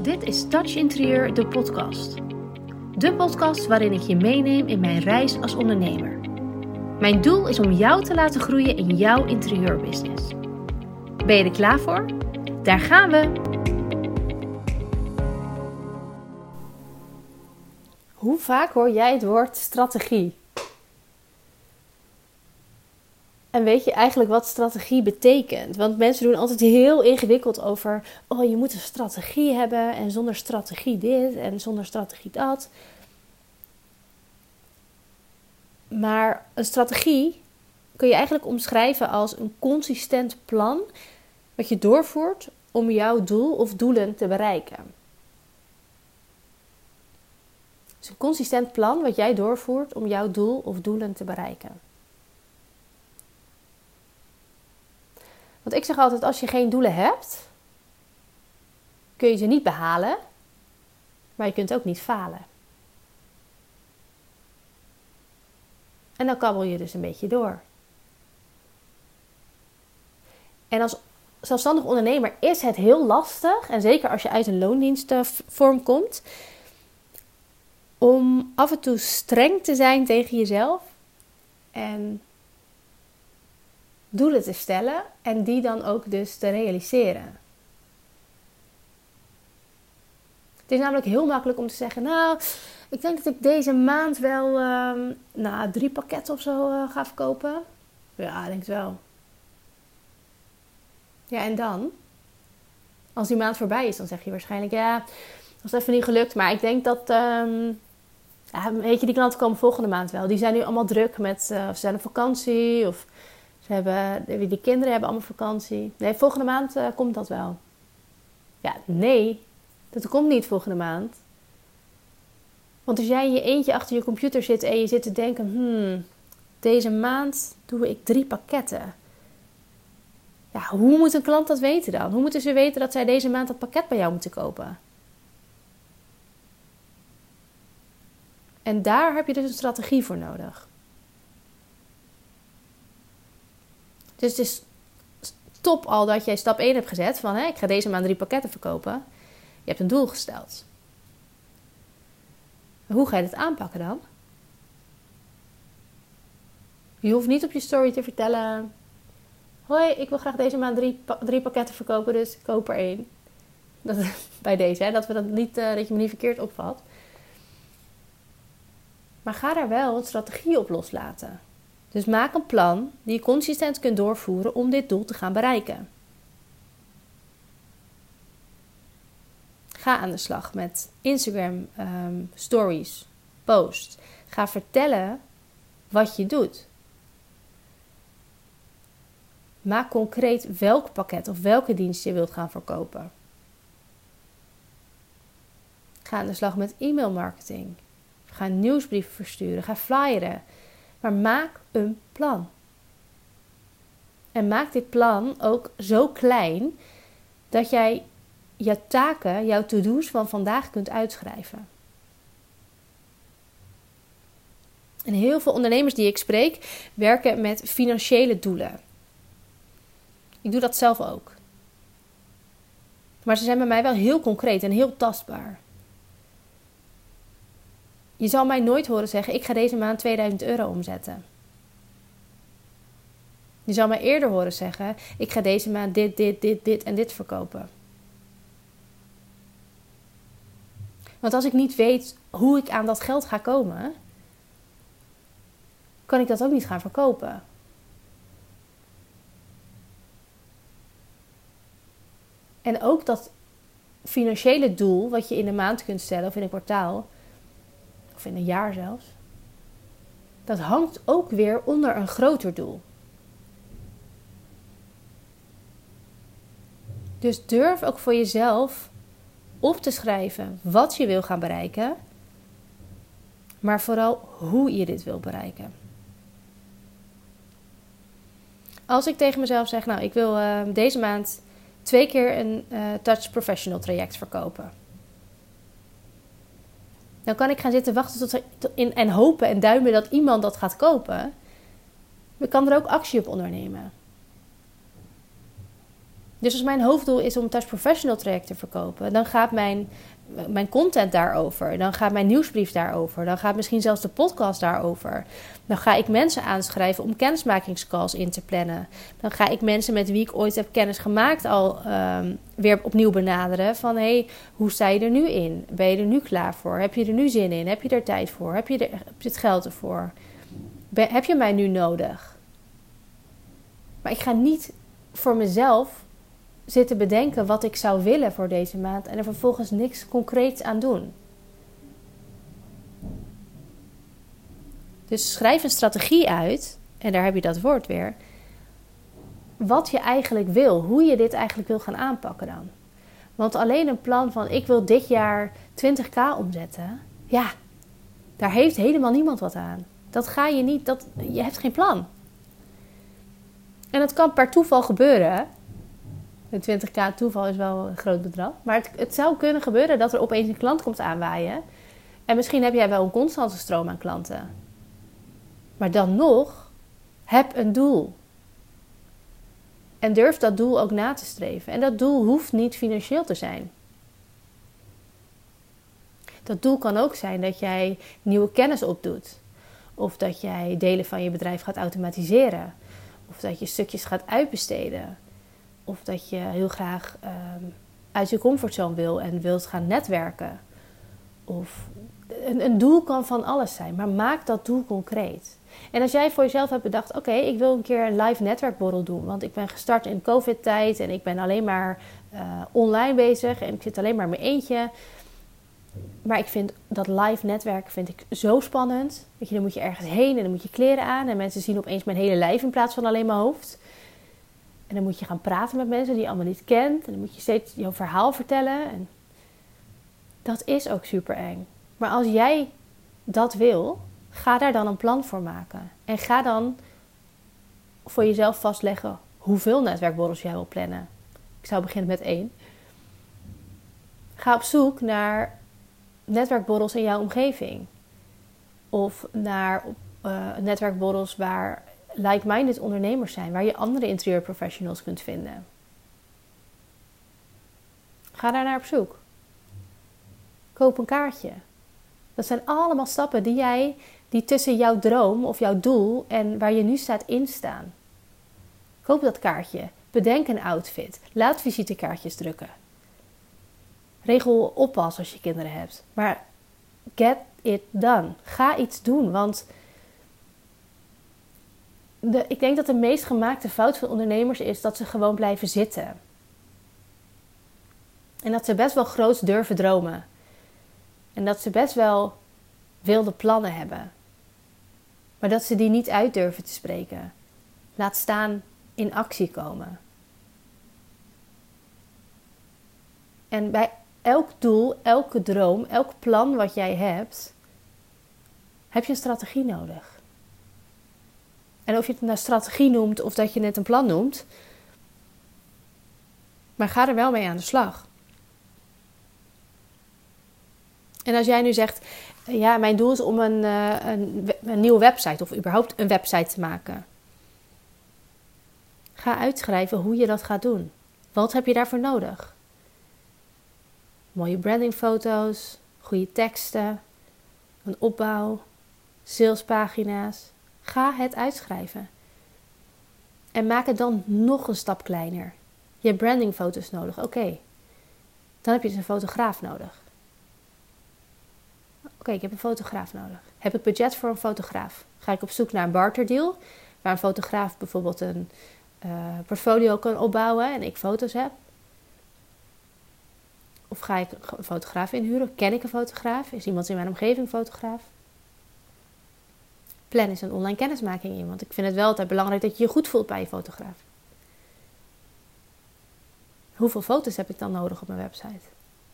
Dit is Touch Interieur, de podcast. De podcast waarin ik je meeneem in mijn reis als ondernemer. Mijn doel is om jou te laten groeien in jouw interieurbusiness. Ben je er klaar voor? Daar gaan we! Hoe vaak hoor jij het woord strategie? En weet je eigenlijk wat strategie betekent? Want mensen doen altijd heel ingewikkeld over... oh, je moet een strategie hebben en zonder strategie dit en zonder strategie dat. Maar een strategie kun je eigenlijk omschrijven als een consistent plan... wat je doorvoert om jouw doel of doelen te bereiken. Dus een consistent plan wat jij doorvoert om jouw doel of doelen te bereiken. Want ik zeg altijd, als je geen doelen hebt, kun je ze niet behalen, maar je kunt ook niet falen. En dan kabbel je dus een beetje door. En als zelfstandig ondernemer is het heel lastig, en zeker als je uit een loondienstvorm komt, om af en toe streng te zijn tegen jezelf en doelen te stellen en die dan ook dus te realiseren. Het is namelijk heel makkelijk om te zeggen, nou, ik denk dat ik deze maand wel 3 pakketten of zo ga verkopen. Ja, ik denk het wel. Ja, en dan? Als die maand voorbij is, dan zeg je waarschijnlijk, ja, dat is even niet gelukt, maar ik denk dat, weet je, die klanten komen volgende maand wel. Die zijn nu allemaal druk met, of ze zijn op vakantie, of die kinderen hebben allemaal vakantie. Nee, volgende maand komt dat wel. Ja, nee, dat komt niet volgende maand. Want als jij in je eentje achter je computer zit en je zit te denken, deze maand doe ik 3 pakketten. Ja, hoe moet een klant dat weten dan? Hoe moeten ze weten dat zij deze maand dat pakket bij jou moeten kopen? En daar heb je dus een strategie voor nodig. Dus het is top al dat jij stap 1 hebt gezet van ik ga deze maand 3 pakketten verkopen. Je hebt een doel gesteld. Hoe ga je dit aanpakken dan? Je hoeft niet op je story te vertellen, hoi, ik wil graag deze maand 3 pakketten verkopen, dus ik koop er 1. Bij deze, dat je me niet verkeerd opvat. Maar ga daar wel een strategie op loslaten. Dus maak een plan die je consistent kunt doorvoeren om dit doel te gaan bereiken. Ga aan de slag met Instagram stories, posts. Ga vertellen wat je doet. Maak concreet welk pakket of welke dienst je wilt gaan verkopen. Ga aan de slag met e-mailmarketing. Ga nieuwsbrieven versturen. Ga flyeren. Maar maak een plan. En maak dit plan ook zo klein dat jij je taken, jouw to-do's van vandaag kunt uitschrijven. En heel veel ondernemers die ik spreek werken met financiële doelen. Ik doe dat zelf ook. Maar ze zijn bij mij wel heel concreet en heel tastbaar. Je zal mij nooit horen zeggen, ik ga deze maand 2000 euro omzetten. Je zal mij eerder horen zeggen, ik ga deze maand dit en dit verkopen. Want als ik niet weet hoe ik aan dat geld ga komen, kan ik dat ook niet gaan verkopen. En ook dat financiële doel wat je in een maand kunt stellen of in een kwartaal, of in een jaar zelfs, dat hangt ook weer onder een groter doel. Dus durf ook voor jezelf op te schrijven wat je wil gaan bereiken, maar vooral hoe je dit wil bereiken. Als ik tegen mezelf zeg, ik wil deze maand 2 keer een Touch Professional traject verkopen. Dan kan ik gaan zitten wachten en hopen en duimen dat iemand dat gaat kopen. Maar ik kan er ook actie op ondernemen. Dus als mijn hoofddoel is om een Touch Professional traject te verkopen, dan gaat mijn content daarover. Dan gaat mijn nieuwsbrief daarover. Dan gaat misschien zelfs de podcast daarover. Dan ga ik mensen aanschrijven om kennismakingscalls in te plannen. Dan ga ik mensen met wie ik ooit heb kennis gemaakt al weer opnieuw benaderen. Van hey, hoe sta je er nu in? Ben je er nu klaar voor? Heb je er nu zin in? Heb je er tijd voor? Heb je het geld ervoor? Heb je mij nu nodig? Maar ik ga niet voor mezelf zitten bedenken wat ik zou willen voor deze maand en er vervolgens niks concreets aan doen. Dus schrijf een strategie uit, en daar heb je dat woord weer, wat je eigenlijk wil, hoe je dit eigenlijk wil gaan aanpakken dan. Want alleen een plan van ik wil dit jaar 20k omzetten, ja, daar heeft helemaal niemand wat aan. Dat ga je niet, je hebt geen plan. En het kan per toeval gebeuren. Een 20k toeval is wel een groot bedrag. Maar het zou kunnen gebeuren dat er opeens een klant komt aanwaaien. En misschien heb jij wel een constante stroom aan klanten. Maar dan nog, heb een doel. En durf dat doel ook na te streven. En dat doel hoeft niet financieel te zijn. Dat doel kan ook zijn dat jij nieuwe kennis opdoet. Of dat jij delen van je bedrijf gaat automatiseren. Of dat je stukjes gaat uitbesteden. Of dat je heel graag uit je comfortzone wil en wilt gaan netwerken. Of een doel kan van alles zijn, maar maak dat doel concreet. En als jij voor jezelf hebt bedacht, oké, ik wil een keer een live netwerkborrel doen. Want ik ben gestart in COVID-tijd en ik ben alleen maar online bezig en ik zit alleen maar in mijn eentje. Maar ik vind dat live netwerken zo spannend. Weet je, dan moet je ergens heen en dan moet je kleren aan. En mensen zien opeens mijn hele lijf in plaats van alleen mijn hoofd. En dan moet je gaan praten met mensen die je allemaal niet kent. En dan moet je steeds jouw verhaal vertellen. En dat is ook super eng. Maar als jij dat wil, ga daar dan een plan voor maken. En ga dan voor jezelf vastleggen hoeveel netwerkborrels jij wil plannen. Ik zou beginnen met 1. Ga op zoek naar netwerkborrels in jouw omgeving. Of naar netwerkborrels waar like-minded ondernemers zijn, waar je andere interieurprofessionals kunt vinden. Ga daar naar op zoek. Koop een kaartje. Dat zijn allemaal stappen die tussen jouw droom of jouw doel en waar je nu staat instaan. Koop dat kaartje. Bedenk een outfit. Laat visitekaartjes drukken. Regel oppas als je kinderen hebt. Maar get it done. Ga iets doen, want ik denk dat de meest gemaakte fout van ondernemers is dat ze gewoon blijven zitten. En dat ze best wel groots durven dromen. En dat ze best wel wilde plannen hebben. Maar dat ze die niet uit durven te spreken. Laat staan in actie komen. En bij elk doel, elke droom, elk plan wat jij hebt, heb je een strategie nodig. En of je het nou strategie noemt of dat je het een plan noemt, maar ga er wel mee aan de slag. En als jij nu zegt, ja, mijn doel is om een nieuwe website of überhaupt een website te maken. Ga uitschrijven hoe je dat gaat doen. Wat heb je daarvoor nodig? Mooie brandingfoto's, goede teksten, een opbouw, salespagina's. Ga het uitschrijven. En maak het dan nog een stap kleiner. Je hebt brandingfoto's nodig. Oké. Dan heb je dus een fotograaf nodig. Oké, ik heb een fotograaf nodig. Heb ik budget voor een fotograaf? Ga ik op zoek naar een barterdeal, waar een fotograaf bijvoorbeeld een portfolio kan opbouwen en ik foto's heb? Of ga ik een fotograaf inhuren? Ken ik een fotograaf? Is iemand in mijn omgeving fotograaf? Plan eens een online kennismaking in, want ik vind het wel altijd belangrijk dat je je goed voelt bij je fotograaf. Hoeveel foto's heb ik dan nodig op mijn website?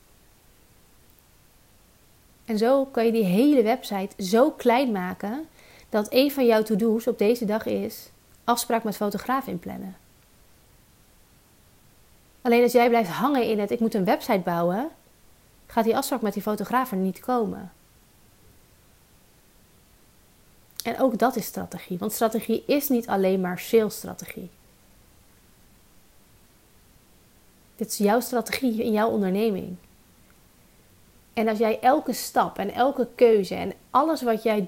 En zo kan je die hele website zo klein maken dat een van jouw to-do's op deze dag is afspraak met fotograaf inplannen. Alleen als jij blijft hangen in het ik moet een website bouwen, gaat die afspraak met die fotograaf er niet komen. En ook dat is strategie, want strategie is niet alleen maar salesstrategie. Dit is jouw strategie in jouw onderneming. En als jij elke stap en elke keuze en alles wat jij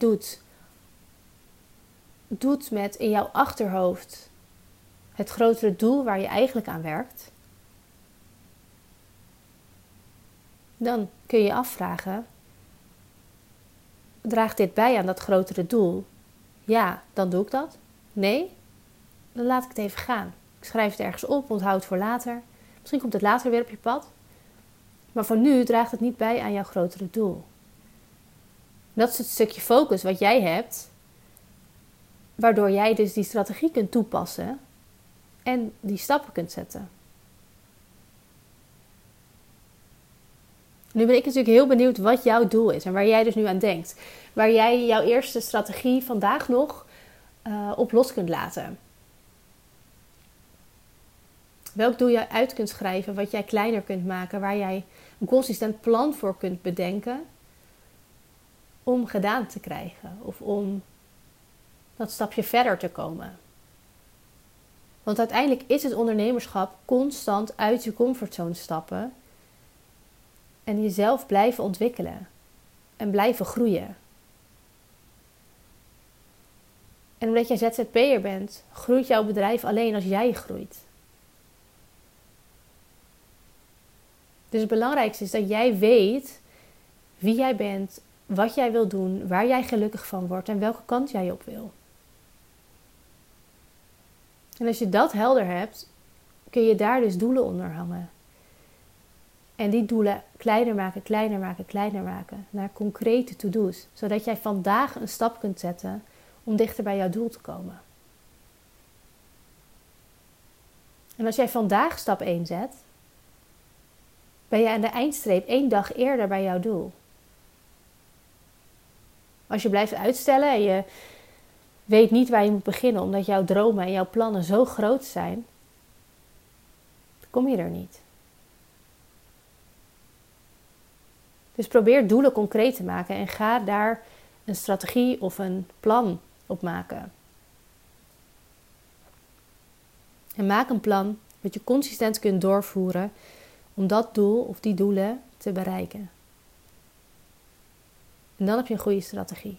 doet met in jouw achterhoofd het grotere doel waar je eigenlijk aan werkt, dan kun je je afvragen, draagt dit bij aan dat grotere doel? Ja, dan doe ik dat. Nee, dan laat ik het even gaan. Ik schrijf het ergens op, onthoud het voor later. Misschien komt het later weer op je pad. Maar voor nu draagt het niet bij aan jouw grotere doel. Dat is het stukje focus wat jij hebt, waardoor jij dus die strategie kunt toepassen en die stappen kunt zetten. Nu ben ik natuurlijk heel benieuwd wat jouw doel is en waar jij dus nu aan denkt. Waar jij jouw eerste strategie vandaag nog op los kunt laten. Welk doel jij uit kunt schrijven, wat jij kleiner kunt maken, waar jij een consistent plan voor kunt bedenken om gedaan te krijgen of om dat stapje verder te komen. Want uiteindelijk is het ondernemerschap constant uit je comfortzone stappen en jezelf blijven ontwikkelen en blijven groeien. En omdat jij ZZP'er bent, groeit jouw bedrijf alleen als jij groeit. Dus het belangrijkste is dat jij weet wie jij bent, wat jij wil doen, waar jij gelukkig van wordt en welke kant jij op wil. En als je dat helder hebt, kun je daar dus doelen onder hangen. En die doelen kleiner maken, kleiner maken, kleiner maken. Naar concrete to-do's. Zodat jij vandaag een stap kunt zetten om dichter bij jouw doel te komen. En als jij vandaag stap 1 zet, ben je aan de eindstreep 1 dag eerder bij jouw doel. Als je blijft uitstellen en je weet niet waar je moet beginnen, omdat jouw dromen en jouw plannen zo groot zijn, dan kom je er niet. Dus probeer doelen concreet te maken en ga daar een strategie of een plan op maken. En maak een plan wat je consistent kunt doorvoeren om dat doel of die doelen te bereiken. En dan heb je een goede strategie.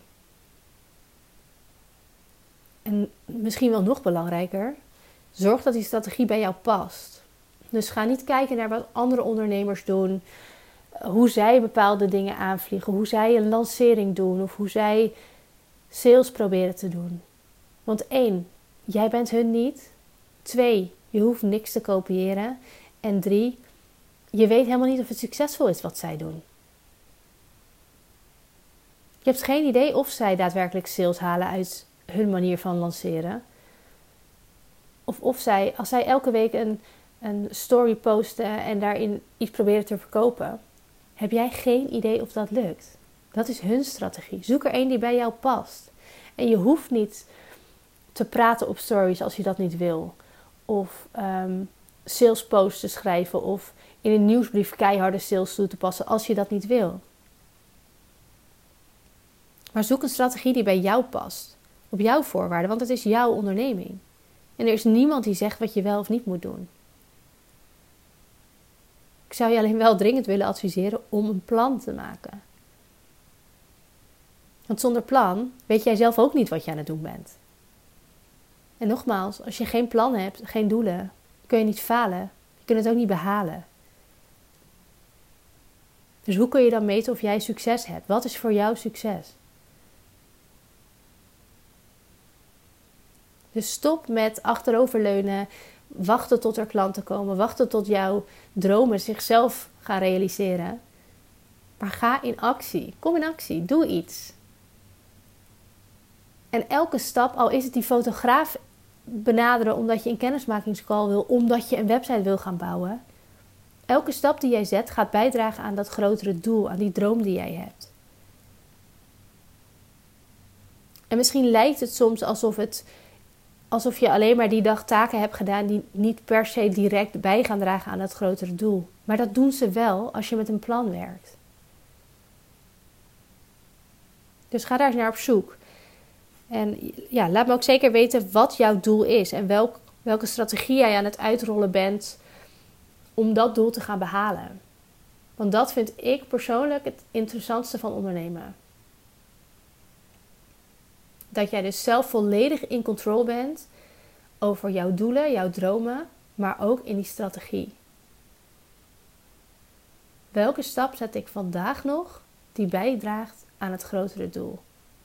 En misschien wel nog belangrijker, zorg dat die strategie bij jou past. Dus ga niet kijken naar wat andere ondernemers doen, hoe zij bepaalde dingen aanvliegen, hoe zij een lancering doen of hoe zij sales proberen te doen. Want 1, jij bent hun niet. 2, je hoeft niks te kopiëren. En 3, je weet helemaal niet of het succesvol is wat zij doen. Je hebt geen idee of zij daadwerkelijk sales halen uit hun manier van lanceren. Of zij, als zij elke week een story posten en daarin iets proberen te verkopen, heb jij geen idee of dat lukt. Dat is hun strategie. Zoek er één die bij jou past. En je hoeft niet te praten op stories als je dat niet wil. Of sales posts te schrijven of in een nieuwsbrief keiharde sales toe te passen als je dat niet wil. Maar zoek een strategie die bij jou past. Op jouw voorwaarden, want het is jouw onderneming. En er is niemand die zegt wat je wel of niet moet doen. Ik zou je alleen wel dringend willen adviseren om een plan te maken. Want zonder plan weet jij zelf ook niet wat je aan het doen bent. En nogmaals, als je geen plan hebt, geen doelen, kun je niet falen. Je kunt het ook niet behalen. Dus hoe kun je dan meten of jij succes hebt? Wat is voor jou succes? Dus stop met achteroverleunen, wachten tot er klanten komen, wachten tot jouw dromen zichzelf gaan realiseren. Maar ga in actie. Kom in actie. Doe iets. En elke stap, al is het die fotograaf benaderen omdat je een kennismakingscall wil, omdat je een website wil gaan bouwen. Elke stap die jij zet gaat bijdragen aan dat grotere doel, aan die droom die jij hebt. En misschien lijkt het soms alsof je alleen maar die dag taken hebt gedaan die niet per se direct bij gaan dragen aan dat grotere doel. Maar dat doen ze wel als je met een plan werkt. Dus ga daar eens naar op zoek. En ja, laat me ook zeker weten wat jouw doel is en welke strategie jij aan het uitrollen bent om dat doel te gaan behalen. Want dat vind ik persoonlijk het interessantste van ondernemen. Dat jij dus zelf volledig in control bent over jouw doelen, jouw dromen, maar ook in die strategie. Welke stap zet ik vandaag nog die bijdraagt aan het grotere doel?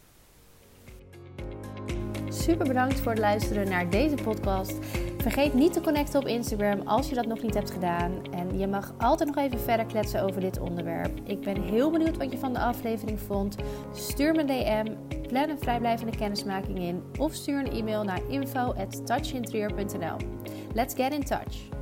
Super bedankt voor het luisteren naar deze podcast. Vergeet niet te connecten op Instagram als je dat nog niet hebt gedaan. En je mag altijd nog even verder kletsen over dit onderwerp. Ik ben heel benieuwd wat je van de aflevering vond. Stuur me een DM, plan een vrijblijvende kennismaking in of stuur een e-mail naar info@touchinterieur.nl. Let's get in touch!